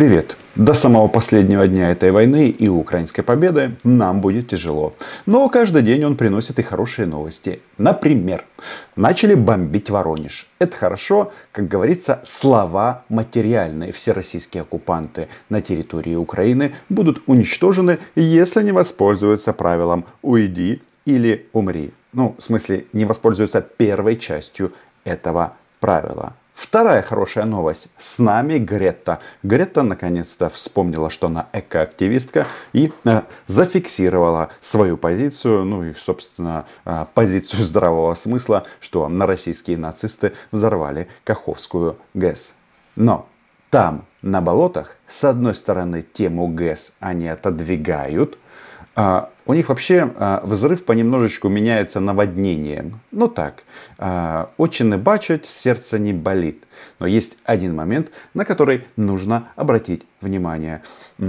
Привет! До самого последнего дня этой войны и украинской победы нам будет тяжело. Но каждый день он приносит и хорошие новости. Например, начали бомбить Воронеж. Это хорошо, как говорится, слова материальные. Все российские оккупанты на территории Украины будут уничтожены, если не воспользуются правилом «уйди или умри». Ну, в смысле, не воспользуются первой частью этого правила. Вторая хорошая новость. С нами Грета. Грета наконец-то вспомнила, что она экоактивистка и зафиксировала свою позицию, ну и, собственно, позицию здравого смысла, что российские нацисты взорвали Каховскую ГЭС. Но там, на болотах, с одной стороны, тему ГЭС они отодвигают. У них вообще взрыв понемножечку меняется наводнением. Ну так, очи не бачать, сердце не болит. Но есть один момент, на который нужно обратить внимание.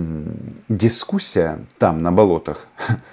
Дискуссия там, на болотах,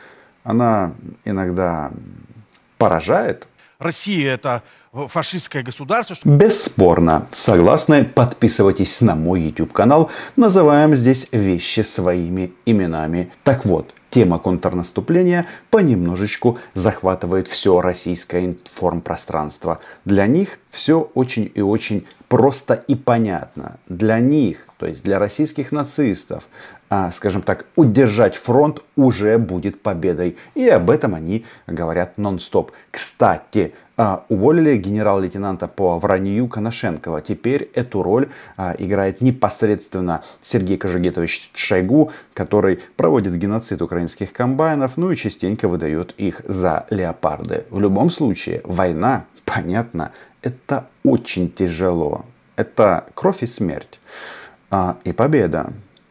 она иногда поражает. Россия — это фашистское государство. Бесспорно. Согласны? Подписывайтесь на мой YouTube канал. Называем здесь вещи своими именами. Так вот, тема контрнаступления понемножечку захватывает все российское информпространство. Для них все очень и очень просто и понятно. Для них, то есть для российских нацистов, скажем так, удержать фронт уже будет победой. И об этом они говорят нон-стоп. Кстати, уволили генерал-лейтенанта по вранью Коношенкова. Теперь эту роль играет непосредственно Сергей Кожегетович Шойгу, который проводит геноцид украинских комбайнов, ну и частенько выдает их за леопарды. В любом случае, война, понятно, это очень тяжело. Это кровь и смерть. И победа.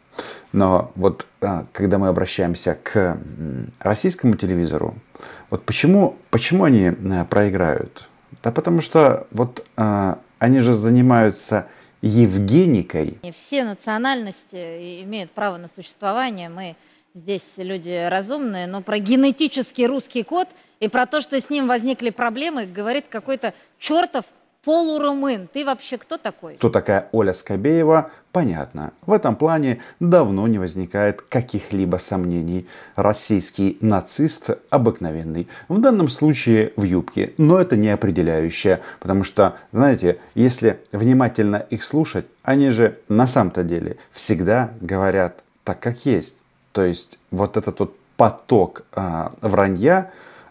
Но вот когда мы обращаемся к российскому телевизору, вот почему они проиграют? Да потому что вот они же занимаются евгеникой. Все национальности имеют право на существование. Мы здесь люди разумные, но про генетический русский код и про то, что с ним возникли проблемы, говорит какой-то чертов полурумын. Ты вообще кто такой? Кто такая Оля Скобеева? Понятно. В этом плане давно не возникает каких-либо сомнений. Российский нацист обыкновенный. В данном случае в юбке. Но это не определяющее. Потому что, знаете, если внимательно их слушать, они же на самом-то деле всегда говорят так, как есть. То есть вот этот вот поток вранья,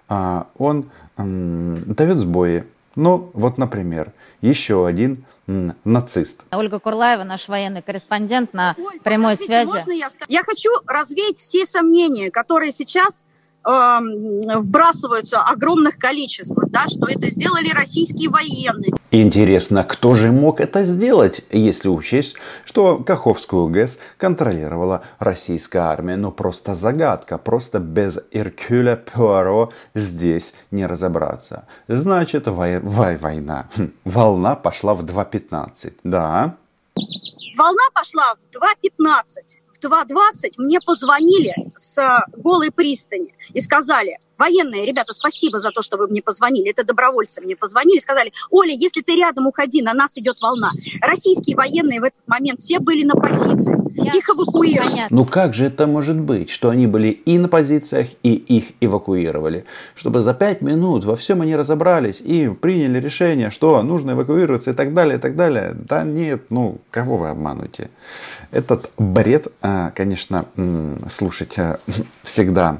он дает сбои. Ну, вот, например, еще один нацист. Ольга Курлаева, наш военный корреспондент на прямой связи. Можно я хочу развеять все сомнения, которые сейчас вбрасываются в огромных количествах, да, что это сделали российские военные. Интересно, кто же мог это сделать, если учесть, что Каховскую ГЭС контролировала российская армия? Ну просто загадка, просто без Эркюля Пуаро здесь не разобраться. Значит, война, волна пошла в 2.15, да? Волна пошла в 2.15. В 2.20 мне позвонили с Голой пристани и сказали: военные, ребята, спасибо за то, что вы мне позвонили. Это добровольцы мне позвонили, сказали: Оля, если ты рядом, уходи, на нас идет волна. Российские военные в этот момент все были на позиции. Их эвакуировали. Ну как же это может быть, что они были и на позициях, и их эвакуировали? Чтобы за 5 минут во всем они разобрались и приняли решение, что нужно эвакуироваться и так далее, и так далее. Да нет, ну кого вы обманываете? Этот бред, конечно, слушать всегда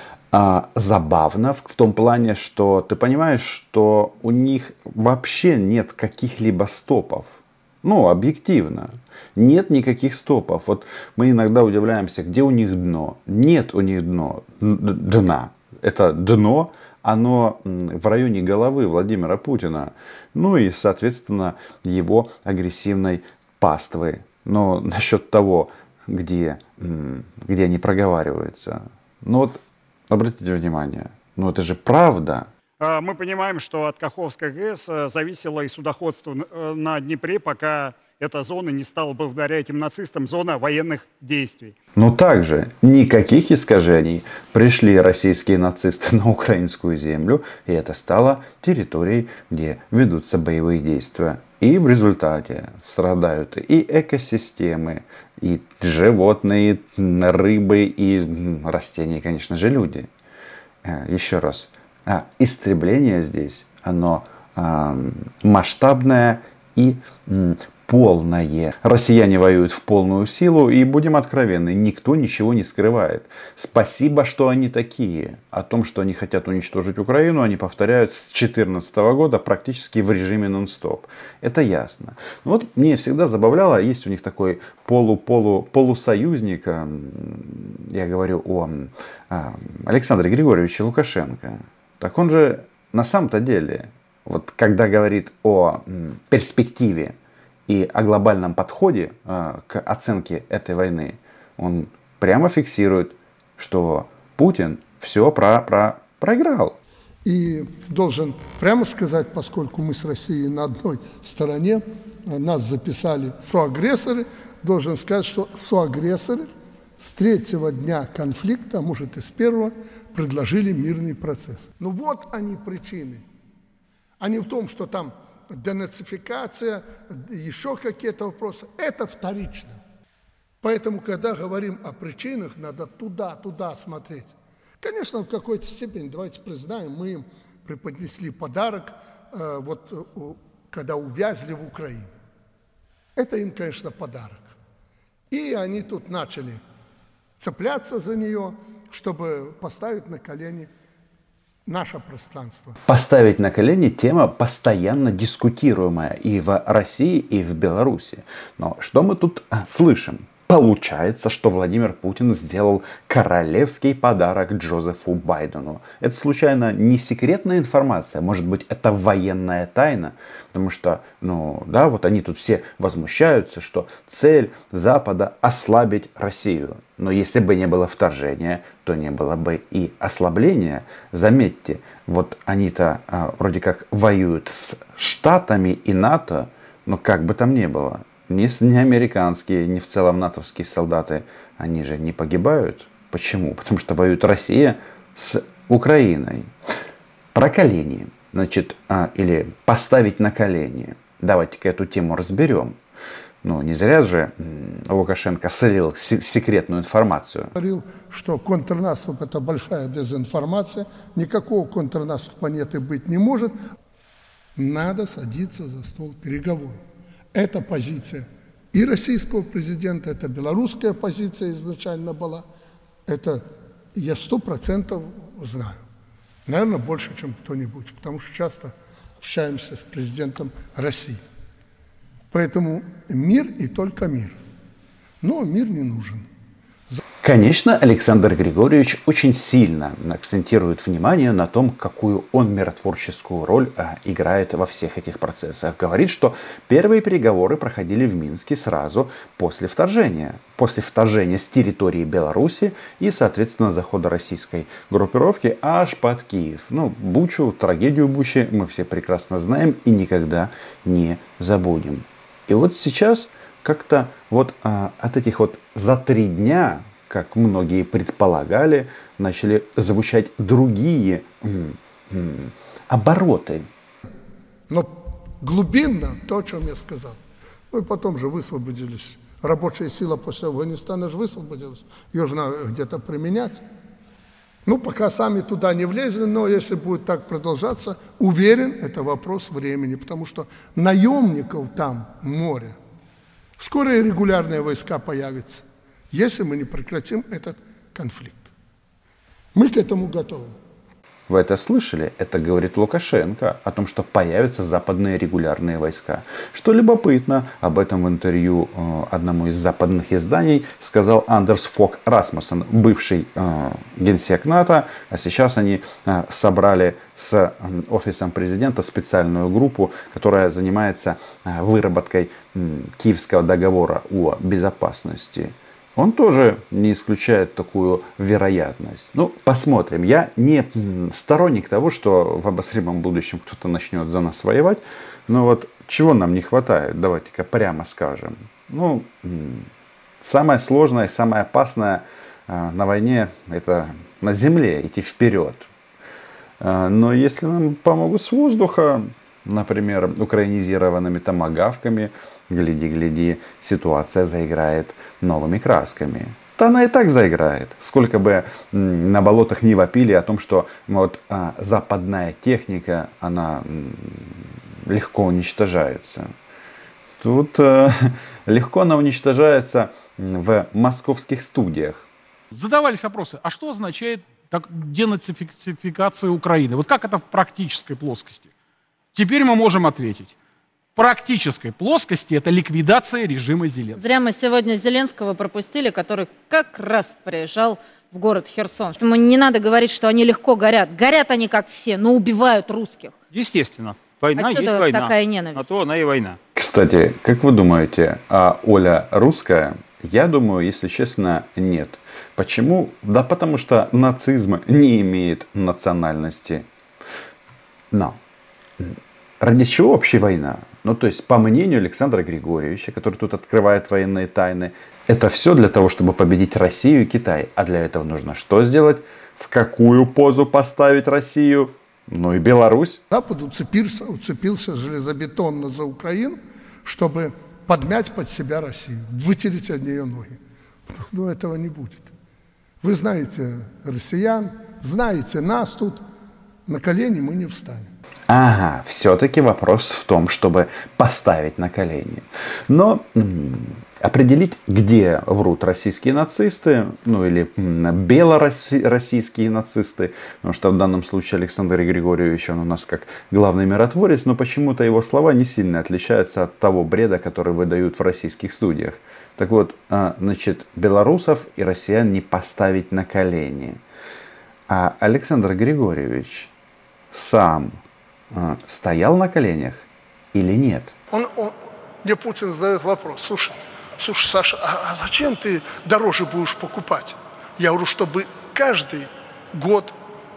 забавно в том плане, что ты понимаешь, что у них вообще нет каких-либо стопов. Ну, объективно. Нет никаких стопов. Вот мы иногда удивляемся, где у них дно. Нет у них дна. Это дно, оно в районе головы Владимира Путина. Ну и, соответственно, его агрессивной паствы. Но насчет того, где они проговариваются. Ну вот, обратите внимание, ну это же правда. Мы понимаем, что от Каховской ГЭС зависело и судоходство на Днепре, пока эта зона не стала благодаря этим нацистам зона военных действий. Но также никаких искажений. Пришли российские нацисты на украинскую землю, и это стало территорией, где ведутся боевые действия. И в результате страдают и экосистемы, и животные, рыбы, и растения, конечно же, люди. Еще раз. Истребление здесь, оно масштабное и полное. Россияне воюют в полную силу, и будем откровенны, никто ничего не скрывает. Спасибо, что они такие. О том, что они хотят уничтожить Украину, они повторяют с 2014 года практически в режиме нон-стоп. Это ясно. Вот мне всегда забавляло, есть у них такой полусоюзник, я говорю о Александре Григорьевиче Лукашенко. Так он же на самом-то деле, вот когда говорит о перспективе и о глобальном подходе к оценке этой войны, он прямо фиксирует, что Путин все проиграл. И должен прямо сказать, поскольку мы с Россией на одной стороне, нас записали соагрессоры, должен сказать, что соагрессоры с третьего дня конфликта, а может и с первого, предложили мирный процесс. Ну вот они причины. А не в том, что там денацификация, еще какие-то вопросы. Это вторично. Поэтому, когда говорим о причинах, надо туда смотреть. Конечно, в какой-то степени, давайте признаем, мы им преподнесли подарок, когда увязли в Украине. Это им, конечно, подарок. И они тут начали цепляться за нее, чтобы поставить на колени наше пространство. Поставить на колени тема постоянно дискутируемая и в России, и в Беларуси. Но что мы тут слышим? Получается, что Владимир Путин сделал королевский подарок Джозефу Байдену. Это случайно не секретная информация? Может быть, это военная тайна? Потому что, вот они тут все возмущаются, что цель Запада ослабить Россию. Но если бы не было вторжения, то не было бы и ослабления. Заметьте, вот они-то вроде как воюют с Штатами и НАТО, но как бы там ни было. Ни американские, ни в целом натовские солдаты, они же не погибают. Почему? Потому что воюет Россия с Украиной. Про колени, или поставить на колени. Давайте-ка эту тему разберем. Не зря же Лукашенко слил секретную информацию. Говорил, что контрнаступ – это большая дезинформация, никакого контрнаступа нет и быть не может. Надо садиться за стол переговоров. Это позиция и российского президента, это белорусская позиция изначально была. Это я 100% знаю. Наверное, больше, чем кто-нибудь, потому что часто общаемся с президентом России. Поэтому мир и только мир. Но мир не нужен. Конечно, Александр Григорьевич очень сильно акцентирует внимание на том, какую он миротворческую роль играет во всех этих процессах. Говорит, что первые переговоры проходили в Минске сразу после вторжения. После вторжения с территории Беларуси и, соответственно, захода российской группировки аж под Киев. Бучу, трагедию Бучи мы все прекрасно знаем и никогда не забудем. И вот сейчас как-то от этих за 3 дня, как многие предполагали, начали звучать другие обороты. Но глубинно то, о чем я сказал. И потом же высвободились. Рабочая сила после Афганистана же высвободилась. Ее же надо где-то применять. Пока сами туда не влезли, но если будет так продолжаться, уверен, это вопрос времени. Потому что наемников там море. Скоро и регулярные войска появятся, если мы не прекратим этот конфликт. Мы к этому готовы. Вы это слышали? Это говорит Лукашенко о том, что появятся западные регулярные войска. Что любопытно, об этом в интервью одному из западных изданий сказал Андерс Фок Расмуссен, бывший генсек НАТО. А сейчас они собрали с офисом президента специальную группу, которая занимается выработкой Киевского договора о безопасности. он тоже не исключает такую вероятность. Ну, посмотрим. Я не сторонник того, что в обозримом будущем кто-то начнет за нас воевать. Но вот чего нам не хватает, давайте-ка прямо скажем. Ну, самое сложное, самое опасное на войне — это на земле идти вперед. Но если нам помогут с воздуха, например, украинизированными томагавками, гляди, ситуация заиграет новыми красками. Да она и так заиграет. Сколько бы на болотах не вопили о том, что вот западная техника, она легко уничтожается. Тут легко она уничтожается в московских студиях. Задавались вопросы, а что означает денацификация Украины? Вот как это в практической плоскости? Теперь мы можем ответить. В практической плоскости это ликвидация режима Зеленского. Зря мы сегодня Зеленского пропустили, который как раз приезжал в город Херсон. Поэтому не надо говорить, что они легко горят. Горят они как все, но убивают русских. Естественно. Война Отсюда есть война. такая ненависть. А то она и война. Кстати, как вы думаете, а Оля русская? Я думаю, если честно, нет. Почему? Да потому что нацизм не имеет национальности. Но ради чего вообще война? Ну, то есть, по мнению Александра Григорьевича, который тут открывает военные тайны, это все для того, чтобы победить Россию и Китай. А для этого нужно что сделать? В какую позу поставить Россию? Ну и Беларусь. Запад уцепился железобетонно за Украину, чтобы подмять под себя Россию, вытереть от нее ноги. Но этого не будет. Вы знаете россиян, знаете нас тут, на колени мы не встанем. Ага, все-таки вопрос в том, чтобы поставить на колени. Но определить, где врут российские нацисты, ну или белороссийские нацисты, потому что в данном случае Александр Григорьевич, он у нас как главный миротворец, но почему-то его слова не сильно отличаются от того бреда, который выдают в российских студиях. Так вот, значит, белорусов и россиян не поставить на колени. А Александр Григорьевич сам стоял на коленях или нет? Мне Путин задает вопрос: слушай, Саша, а зачем ты дороже будешь покупать? Я говорю, чтобы каждый год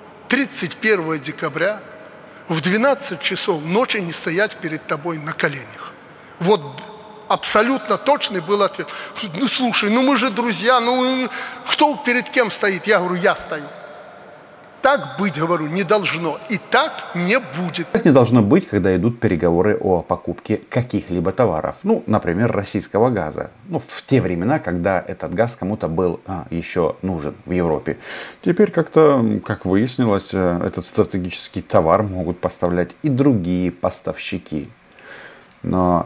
31 декабря в 12 часов ночи не стоять перед тобой на коленях. Вот абсолютно точный был ответ. Ну слушай, ну мы же друзья, ну кто перед кем стоит? Я говорю, я стою. Так быть, говорю, не должно. И так не будет. Так не должно быть, когда идут переговоры о покупке каких-либо товаров. Ну, например, российского газа. Ну, в те времена, когда этот газ кому-то был еще нужен в Европе. Теперь как-то, как выяснилось, этот стратегический товар могут поставлять и другие поставщики. Но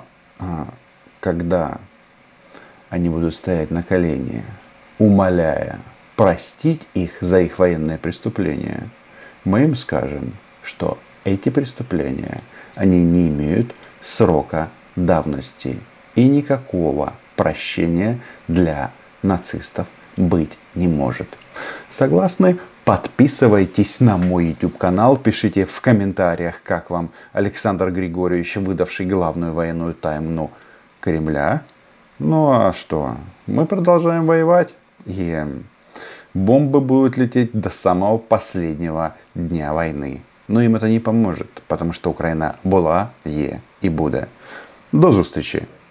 когда они будут стоять на колени, умоляя простить их за их военные преступления, мы им скажем, что эти преступления, они не имеют срока давности. И никакого прощения для нацистов быть не может. Согласны? Подписывайтесь на мой YouTube канал, пишите в комментариях, как вам Александр Григорьевич, выдавший главную военную тайну Кремля. Ну а что? Мы продолжаем воевать, и бомбы будут лететь до самого последнего дня войны. Но им это не поможет, потому что Украина була, є і буде. До зустрічі!